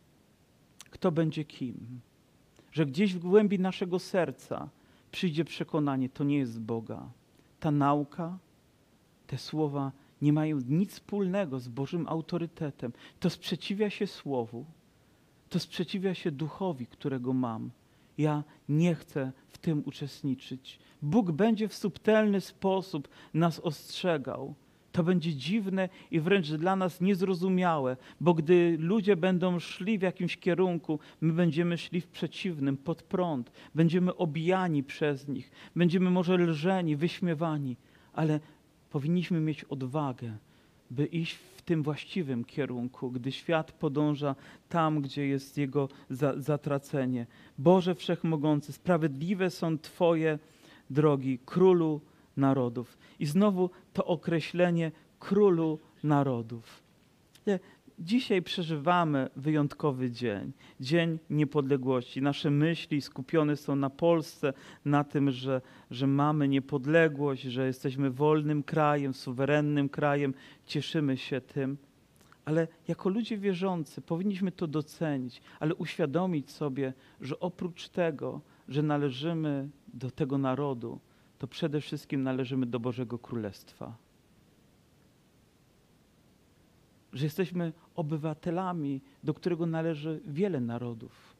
kto będzie kim. Że gdzieś w głębi naszego serca przyjdzie przekonanie, to nie jest z Boga. Ta nauka, te słowa nie mają nic wspólnego z Bożym autorytetem. To sprzeciwia się Słowu. To sprzeciwia się duchowi, którego mam. Ja nie chcę w tym uczestniczyć. Bóg będzie w subtelny sposób nas ostrzegał. To będzie dziwne i wręcz dla nas niezrozumiałe, bo gdy ludzie będą szli w jakimś kierunku, my będziemy szli w przeciwnym, pod prąd. Będziemy obijani przez nich, będziemy może lżeni, wyśmiewani, ale powinniśmy mieć odwagę, by iść w tym właściwym kierunku, gdy świat podąża tam, gdzie jest jego zatracenie. Boże Wszechmogący, sprawiedliwe są Twoje drogi, Królu narodów. I znowu to określenie Królu narodów. Dzisiaj przeżywamy wyjątkowy dzień, Dzień Niepodległości. Nasze myśli skupione są na Polsce, na tym, że mamy niepodległość, że jesteśmy wolnym krajem, suwerennym krajem. Cieszymy się tym. Ale jako ludzie wierzący powinniśmy to docenić, ale uświadomić sobie, że oprócz tego, że należymy do tego narodu, to przede wszystkim należymy do Bożego Królestwa. Że jesteśmy obywatelami, do którego należy wiele narodów.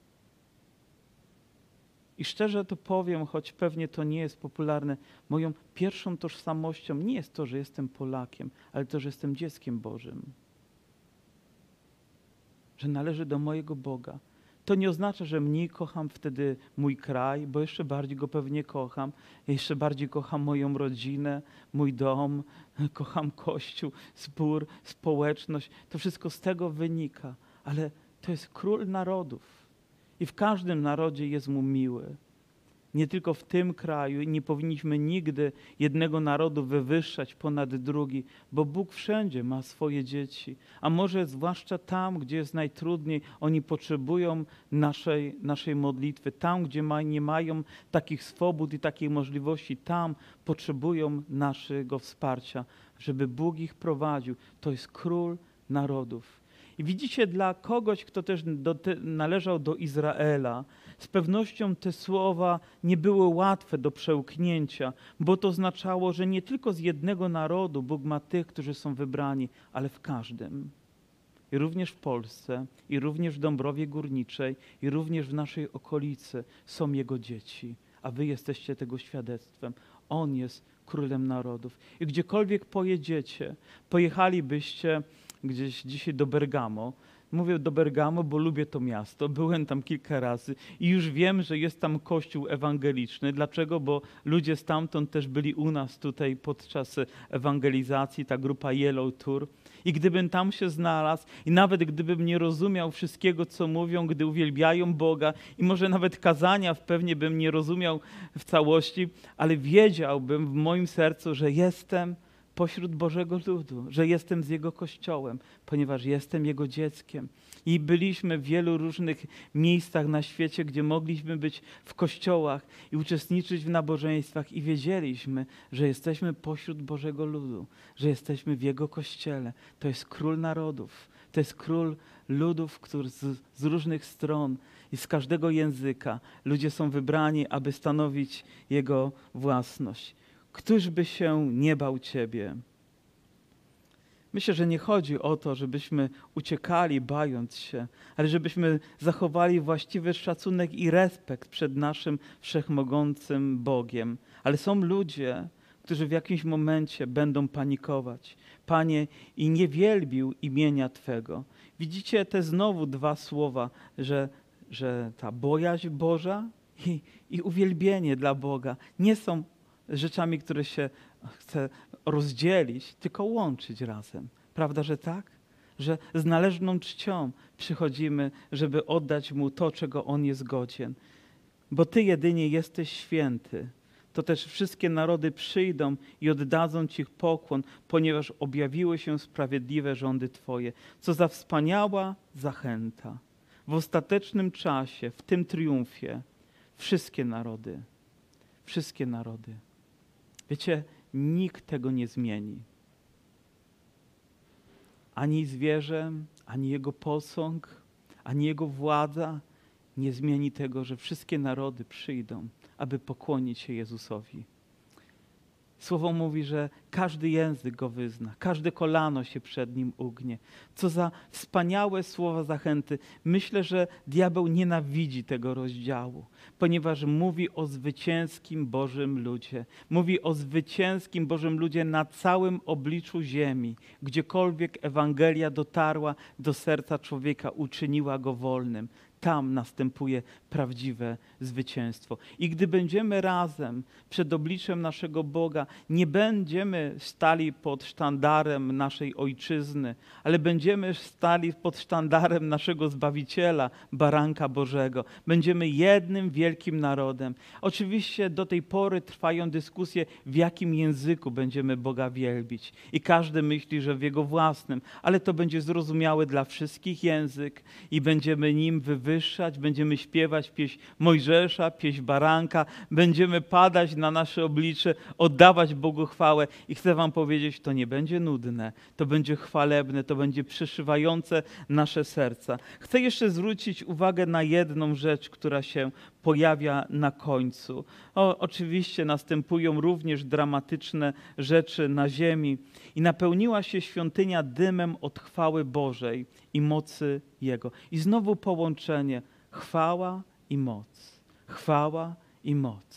I szczerze to powiem, choć pewnie to nie jest popularne, moją pierwszą tożsamością nie jest to, że jestem Polakiem, ale to, że jestem dzieckiem Bożym. Że należy do mojego Boga. To nie oznacza, że mniej kocham wtedy mój kraj, bo jeszcze bardziej go pewnie kocham. Jeszcze bardziej kocham moją rodzinę, mój dom, kocham Kościół, zbór, społeczność. To wszystko z tego wynika. Ale to jest król narodów. I w każdym narodzie jest mu miły. Nie tylko w tym kraju i nie powinniśmy nigdy jednego narodu wywyższać ponad drugi, bo Bóg wszędzie ma swoje dzieci. A może zwłaszcza tam, gdzie jest najtrudniej, oni potrzebują naszej modlitwy. Tam, gdzie nie mają takich swobód i takiej możliwości, tam potrzebują naszego wsparcia, żeby Bóg ich prowadził. To jest król narodów. I widzicie, dla kogoś, kto też należał do Izraela, z pewnością te słowa nie były łatwe do przełknięcia, bo to oznaczało, że nie tylko z jednego narodu Bóg ma tych, którzy są wybrani, ale w każdym. I również w Polsce, i również w Dąbrowie Górniczej, i również w naszej okolicy są Jego dzieci, a wy jesteście tego świadectwem. On jest królem narodów. I gdziekolwiek pojedziecie, pojechalibyście gdzieś dzisiaj do Bergamo. Mówię do Bergamo, bo lubię to miasto. Byłem tam kilka razy i już wiem, że jest tam kościół ewangeliczny. Dlaczego? Bo ludzie stamtąd też byli u nas tutaj podczas ewangelizacji, ta grupa Yellow Tour. I gdybym tam się znalazł i nawet gdybym nie rozumiał wszystkiego, co mówią, gdy uwielbiają Boga i może nawet kazania pewnie bym nie rozumiał w całości, ale wiedziałbym w moim sercu, że jestem pośród Bożego ludu, że jestem z Jego Kościołem, ponieważ jestem Jego dzieckiem. I byliśmy w wielu różnych miejscach na świecie, gdzie mogliśmy być w kościołach i uczestniczyć w nabożeństwach i wiedzieliśmy, że jesteśmy pośród Bożego ludu, że jesteśmy w Jego Kościele. To jest król narodów, to jest król ludów, który z różnych stron i z każdego języka ludzie są wybrani, aby stanowić Jego własność. Któż by się nie bał Ciebie? Myślę, że nie chodzi o to, żebyśmy uciekali bając się, ale żebyśmy zachowali właściwy szacunek i respekt przed naszym wszechmogącym Bogiem. Ale są ludzie, którzy w jakimś momencie będą panikować. Panie, i nie wielbił imienia Twego. Widzicie te znowu dwa słowa, że ta bojaźń Boża i uwielbienie dla Boga nie są rzeczami, które się chce rozdzielić, tylko łączyć razem. Prawda, że tak? Że z należną czcią przychodzimy, żeby oddać Mu to, czego On jest godzien. Bo Ty jedynie jesteś święty. To też wszystkie narody przyjdą i oddadzą Ci pokłon, ponieważ objawiły się sprawiedliwe rządy Twoje. Co za wspaniała zachęta. W ostatecznym czasie, w tym triumfie, wszystkie narody, wiecie, nikt tego nie zmieni. Ani zwierzę, ani jego posąg, ani jego władza nie zmieni tego, że wszystkie narody przyjdą, aby pokłonić się Jezusowi. Słowo mówi, że każdy język Go wyzna, każde kolano się przed Nim ugnie. Co za wspaniałe słowa zachęty. Myślę, że diabeł nienawidzi tego rozdziału, ponieważ mówi o zwycięskim Bożym ludzie. Mówi o zwycięskim Bożym ludzie na całym obliczu ziemi. Gdziekolwiek Ewangelia dotarła do serca człowieka, uczyniła go wolnym. Tam następuje prawdziwe zwycięstwo. I gdy będziemy razem przed obliczem naszego Boga, nie będziemy stali pod sztandarem naszej Ojczyzny, ale będziemy stali pod sztandarem naszego Zbawiciela, Baranka Bożego. Będziemy jednym wielkim narodem. Oczywiście do tej pory trwają dyskusje, w jakim języku będziemy Boga wielbić. I każdy myśli, że w jego własnym, ale to będzie zrozumiały dla wszystkich język i będziemy nim wywyższać, będziemy śpiewać pieśń Mojżesza, pieśń Baranka, będziemy padać na nasze oblicze, oddawać Bogu chwałę i chcę wam powiedzieć, to nie będzie nudne, to będzie chwalebne, to będzie przeszywające nasze serca. Chcę jeszcze zwrócić uwagę na jedną rzecz, która się pojawia na końcu. Oczywiście następują również dramatyczne rzeczy na ziemi i napełniła się świątynia dymem od chwały Bożej i mocy Jego. I znowu połączenie chwała i moc. Chwała i moc.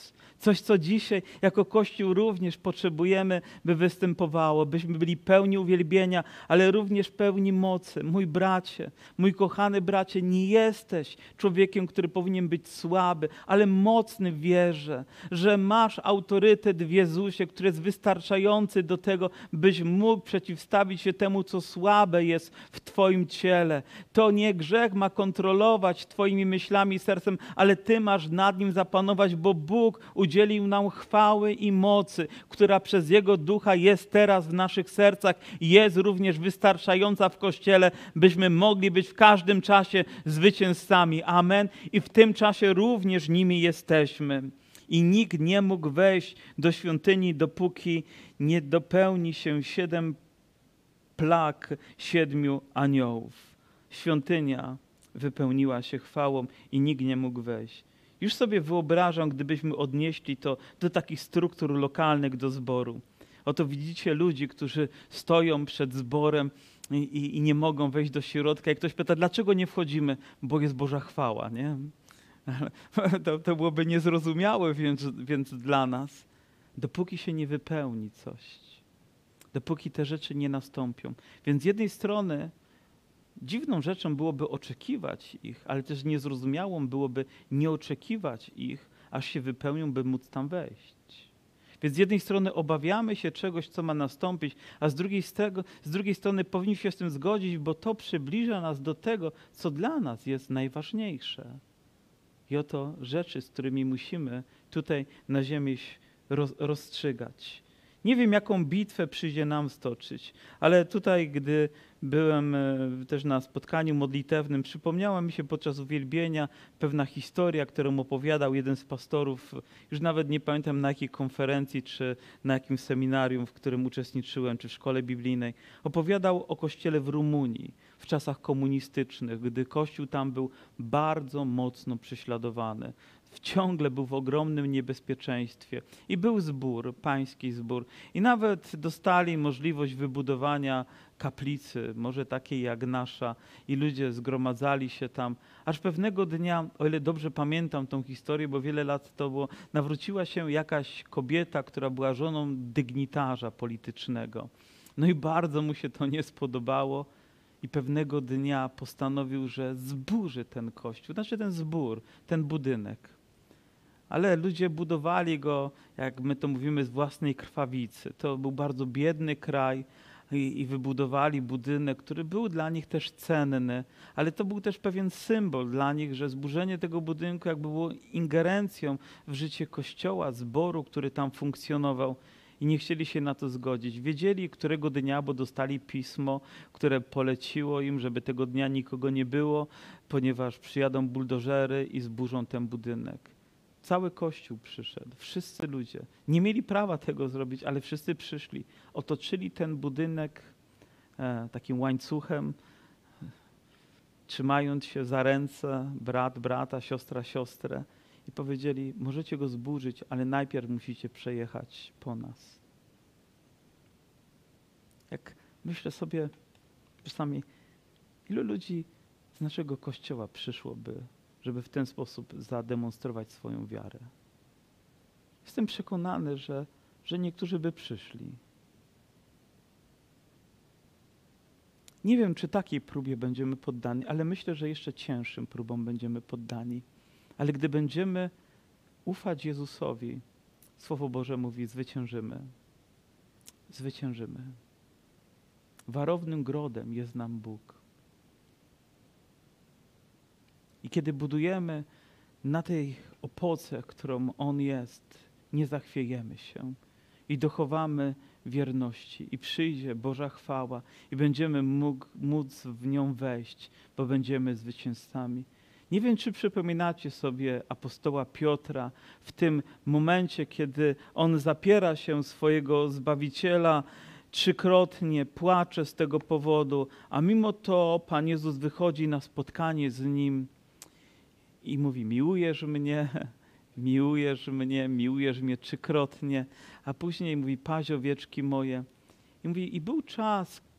Coś, co dzisiaj jako Kościół również potrzebujemy, by występowało, byśmy byli pełni uwielbienia, ale również pełni mocy. Mój bracie, mój kochany bracie, nie jesteś człowiekiem, który powinien być słaby, ale mocny w wierze, że masz autorytet w Jezusie, który jest wystarczający do tego, byś mógł przeciwstawić się temu, co słabe jest w Twoim ciele. To nie grzech ma kontrolować Twoimi myślami i sercem, ale Ty masz nad nim zapanować, bo Bóg udzielił nam chwały i mocy, która przez Jego Ducha jest teraz w naszych sercach i jest również wystarczająca w Kościele, byśmy mogli być w każdym czasie zwycięzcami. Amen. I w tym czasie również nimi jesteśmy. I nikt nie mógł wejść do świątyni, dopóki nie dopełni się 7 plag 7 aniołów. Świątynia wypełniła się chwałą i nikt nie mógł wejść. Już sobie wyobrażam, gdybyśmy odnieśli to do takich struktur lokalnych do zboru. Oto widzicie ludzi, którzy stoją przed zborem i nie mogą wejść do środka. I ktoś pyta, dlaczego nie wchodzimy? Bo jest Boża chwała, nie? To byłoby niezrozumiałe więc dla nas. Dopóki się nie wypełni coś, dopóki te rzeczy nie nastąpią. Więc z jednej strony dziwną rzeczą byłoby oczekiwać ich, ale też niezrozumiałą byłoby nie oczekiwać ich, aż się wypełnią, by móc tam wejść. Więc z jednej strony obawiamy się czegoś, co ma nastąpić, a z drugiej strony powinniśmy się z tym zgodzić, bo to przybliża nas do tego, co dla nas jest najważniejsze. I oto rzeczy, z którymi musimy tutaj na ziemi rozstrzygać. Nie wiem, jaką bitwę przyjdzie nam stoczyć, ale tutaj, gdy byłem też na spotkaniu modlitewnym, przypomniała mi się podczas uwielbienia pewna historia, którą opowiadał jeden z pastorów, już nawet nie pamiętam na jakiej konferencji, czy na jakim seminarium, w którym uczestniczyłem, czy w szkole biblijnej. Opowiadał o kościele w Rumunii w czasach komunistycznych, gdy kościół tam był bardzo mocno prześladowany. Ciągle był w ogromnym niebezpieczeństwie. I był zbór, pański zbór. I nawet dostali możliwość wybudowania kaplicy, może takiej jak nasza. I ludzie zgromadzali się tam. Aż pewnego dnia, o ile dobrze pamiętam tą historię, bo wiele lat to było, nawróciła się jakaś kobieta, która była żoną dygnitarza politycznego. No i bardzo mu się to nie spodobało. I pewnego dnia postanowił, że zburzy ten kościół, znaczy ten zbór, ten budynek. Ale ludzie budowali go, jak my to mówimy, z własnej krwawicy. To był bardzo biedny kraj i wybudowali budynek, który był dla nich też cenny, ale to był też pewien symbol dla nich, że zburzenie tego budynku jakby było ingerencją w życie kościoła, zboru, który tam funkcjonował. I nie chcieli się na to zgodzić. Wiedzieli, którego dnia, bo dostali pismo, które poleciło im, żeby tego dnia nikogo nie było, ponieważ przyjadą buldożery i zburzą ten budynek. Cały Kościół przyszedł, wszyscy ludzie. Nie mieli prawa tego zrobić, ale wszyscy przyszli. Otoczyli ten budynek takim łańcuchem, trzymając się za ręce, brat brata, siostra siostrę. I powiedzieli, możecie go zburzyć, ale najpierw musicie przejechać po nas. Jak myślę sobie czasami, ilu ludzi z naszego Kościoła przyszłoby, żeby w ten sposób zademonstrować swoją wiarę. Jestem przekonany, że niektórzy by przyszli. Nie wiem, czy takiej próbie będziemy poddani, ale myślę, że jeszcze cięższym próbom będziemy poddani. Ale gdy będziemy ufać Jezusowi, Słowo Boże mówi, zwyciężymy. Zwyciężymy. Warownym grodem jest nam Bóg. I kiedy budujemy na tej opoce, którą On jest, nie zachwiejemy się i dochowamy wierności i przyjdzie Boża chwała i będziemy móc w nią wejść, bo będziemy zwycięzcami. Nie wiem, czy przypominacie sobie apostoła Piotra w tym momencie, kiedy on zapiera się swojego Zbawiciela, trzykrotnie płacze z tego powodu, a mimo to Pan Jezus wychodzi na spotkanie z nim i mówi, miłujesz mnie, miłujesz mnie trzykrotnie, a później mówi, paź owieczki moje. I mówi, i był czas,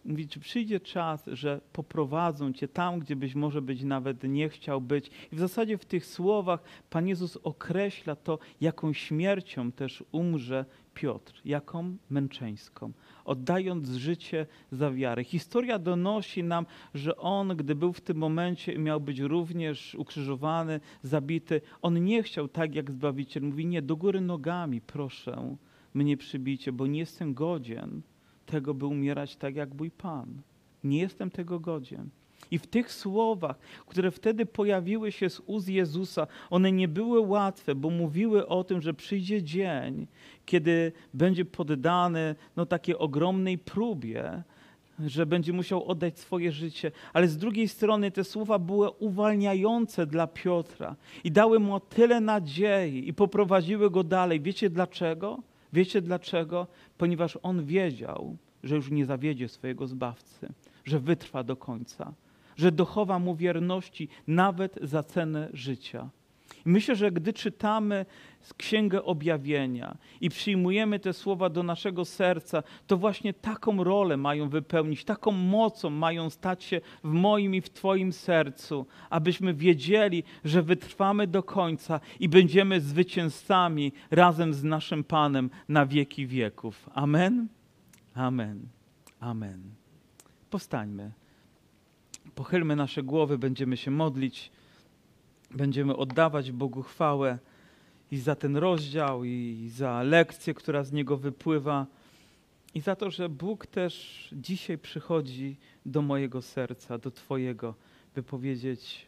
Mówi, czy przyjdzie czas, że poprowadzą Cię tam, gdzie byś może być nawet nie chciał być. I w zasadzie w tych słowach Pan Jezus określa to, jaką śmiercią też umrze Piotr, jaką męczeńską, oddając życie za wiarę. Historia donosi nam, że on, gdy był w tym momencie, miał być również ukrzyżowany, zabity. On nie chciał tak jak Zbawiciel. Mówi, nie, do góry nogami, proszę, mnie przybijcie, bo nie jestem godzien tego, by umierać tak jak mój Pan. Nie jestem tego godzien. I w tych słowach, które wtedy pojawiły się z ust Jezusa, one nie były łatwe, bo mówiły o tym, że przyjdzie dzień, kiedy będzie poddany takiej ogromnej próbie, że będzie musiał oddać swoje życie. Ale z drugiej strony te słowa były uwalniające dla Piotra i dały mu tyle nadziei i poprowadziły go dalej. Wiecie dlaczego? Wiecie dlaczego? Ponieważ on wiedział, że już nie zawiedzie swojego Zbawcy, że wytrwa do końca, że dochowa mu wierności nawet za cenę życia. I myślę, że gdy czytamy Księgę Objawienia i przyjmujemy te słowa do naszego serca, to właśnie taką rolę mają wypełnić, taką mocą mają stać się w moim i w Twoim sercu, abyśmy wiedzieli, że wytrwamy do końca i będziemy zwycięzcami razem z naszym Panem na wieki wieków. Amen? Amen. Amen. Powstańmy. Pochylmy nasze głowy, będziemy się modlić, będziemy oddawać Bogu chwałę i za ten rozdział, i za lekcję, która z niego wypływa, i za to, że Bóg też dzisiaj przychodzi do mojego serca, do Twojego, by powiedzieć: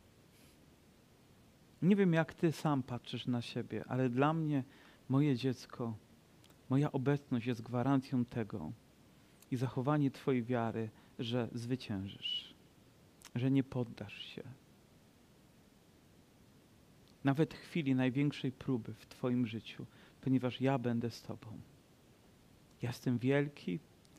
nie wiem, jak Ty sam patrzysz na siebie, ale dla mnie, moje dziecko, moja obecność jest gwarancją tego i zachowanie Twojej wiary, że zwyciężysz, że nie poddasz się. Nawet w chwili największej próby w Twoim życiu, ponieważ ja będę z Tobą. Ja jestem wielki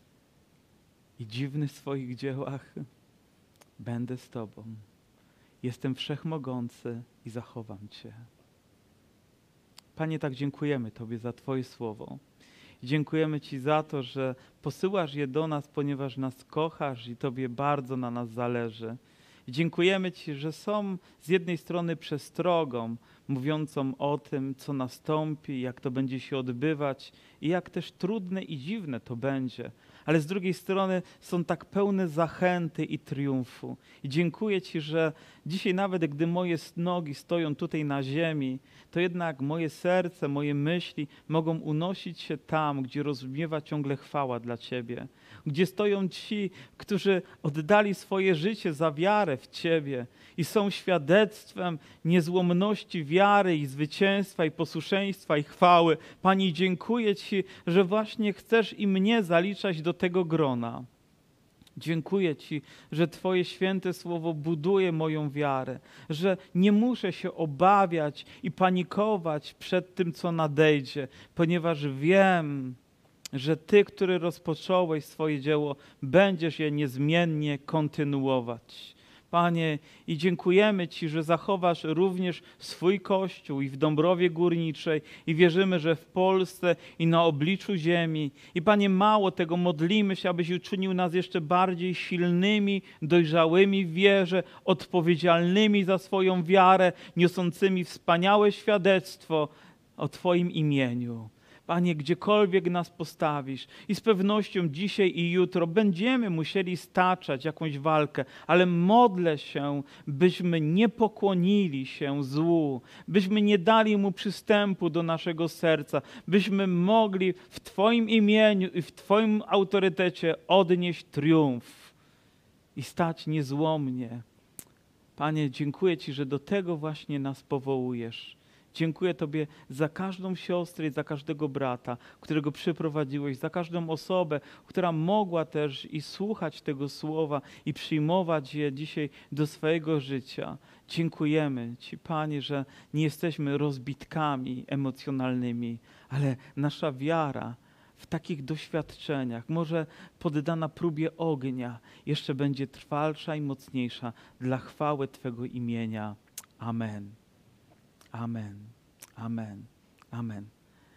i dziwny w swoich dziełach. Będę z Tobą. Jestem wszechmogący i zachowam Cię. Panie, tak dziękujemy Tobie za Twoje słowo. Dziękujemy Ci za to, że posyłasz je do nas, ponieważ nas kochasz i Tobie bardzo na nas zależy. Dziękujemy Ci, że są z jednej strony przestrogą mówiącą o tym, co nastąpi, jak to będzie się odbywać i jak też trudne i dziwne to będzie. Ale z drugiej strony są tak pełne zachęty i triumfu. I dziękuję Ci, że dzisiaj nawet gdy moje nogi stoją tutaj na ziemi, to jednak moje serce, moje myśli mogą unosić się tam, gdzie rozbrzmiewa ciągle chwała dla Ciebie. Gdzie stoją ci, którzy oddali swoje życie za wiarę w Ciebie i są świadectwem niezłomności wiary i zwycięstwa i posłuszeństwa i chwały. Pani, dziękuję Ci, że właśnie chcesz i mnie zaliczać do tego grona. Dziękuję Ci, że Twoje święte słowo buduje moją wiarę, że nie muszę się obawiać i panikować przed tym, co nadejdzie, ponieważ wiem, że Ty, który rozpocząłeś swoje dzieło, będziesz je niezmiennie kontynuować. Panie, i dziękujemy Ci, że zachowasz również swój Kościół i w Dąbrowie Górniczej i wierzymy, że w Polsce i na obliczu ziemi. I Panie, mało tego, modlimy się, abyś uczynił nas jeszcze bardziej silnymi, dojrzałymi w wierze, odpowiedzialnymi za swoją wiarę, niosącymi wspaniałe świadectwo o Twoim imieniu. Panie, gdziekolwiek nas postawisz i z pewnością dzisiaj i jutro będziemy musieli staczać jakąś walkę, ale modlę się, byśmy nie pokłonili się złu, byśmy nie dali mu przystępu do naszego serca, byśmy mogli w Twoim imieniu i w Twoim autorytecie odnieść triumf i stać niezłomnie. Panie, dziękuję Ci, że do tego właśnie nas powołujesz. Dziękuję Tobie za każdą siostrę i za każdego brata, którego przyprowadziłeś, za każdą osobę, która mogła też i słuchać tego słowa i przyjmować je dzisiaj do swojego życia. Dziękujemy Ci, Panie, że nie jesteśmy rozbitkami emocjonalnymi, ale nasza wiara w takich doświadczeniach, może poddana próbie ognia, jeszcze będzie trwalsza i mocniejsza dla chwały Twego imienia. Amen. Amen. Amen. Amen.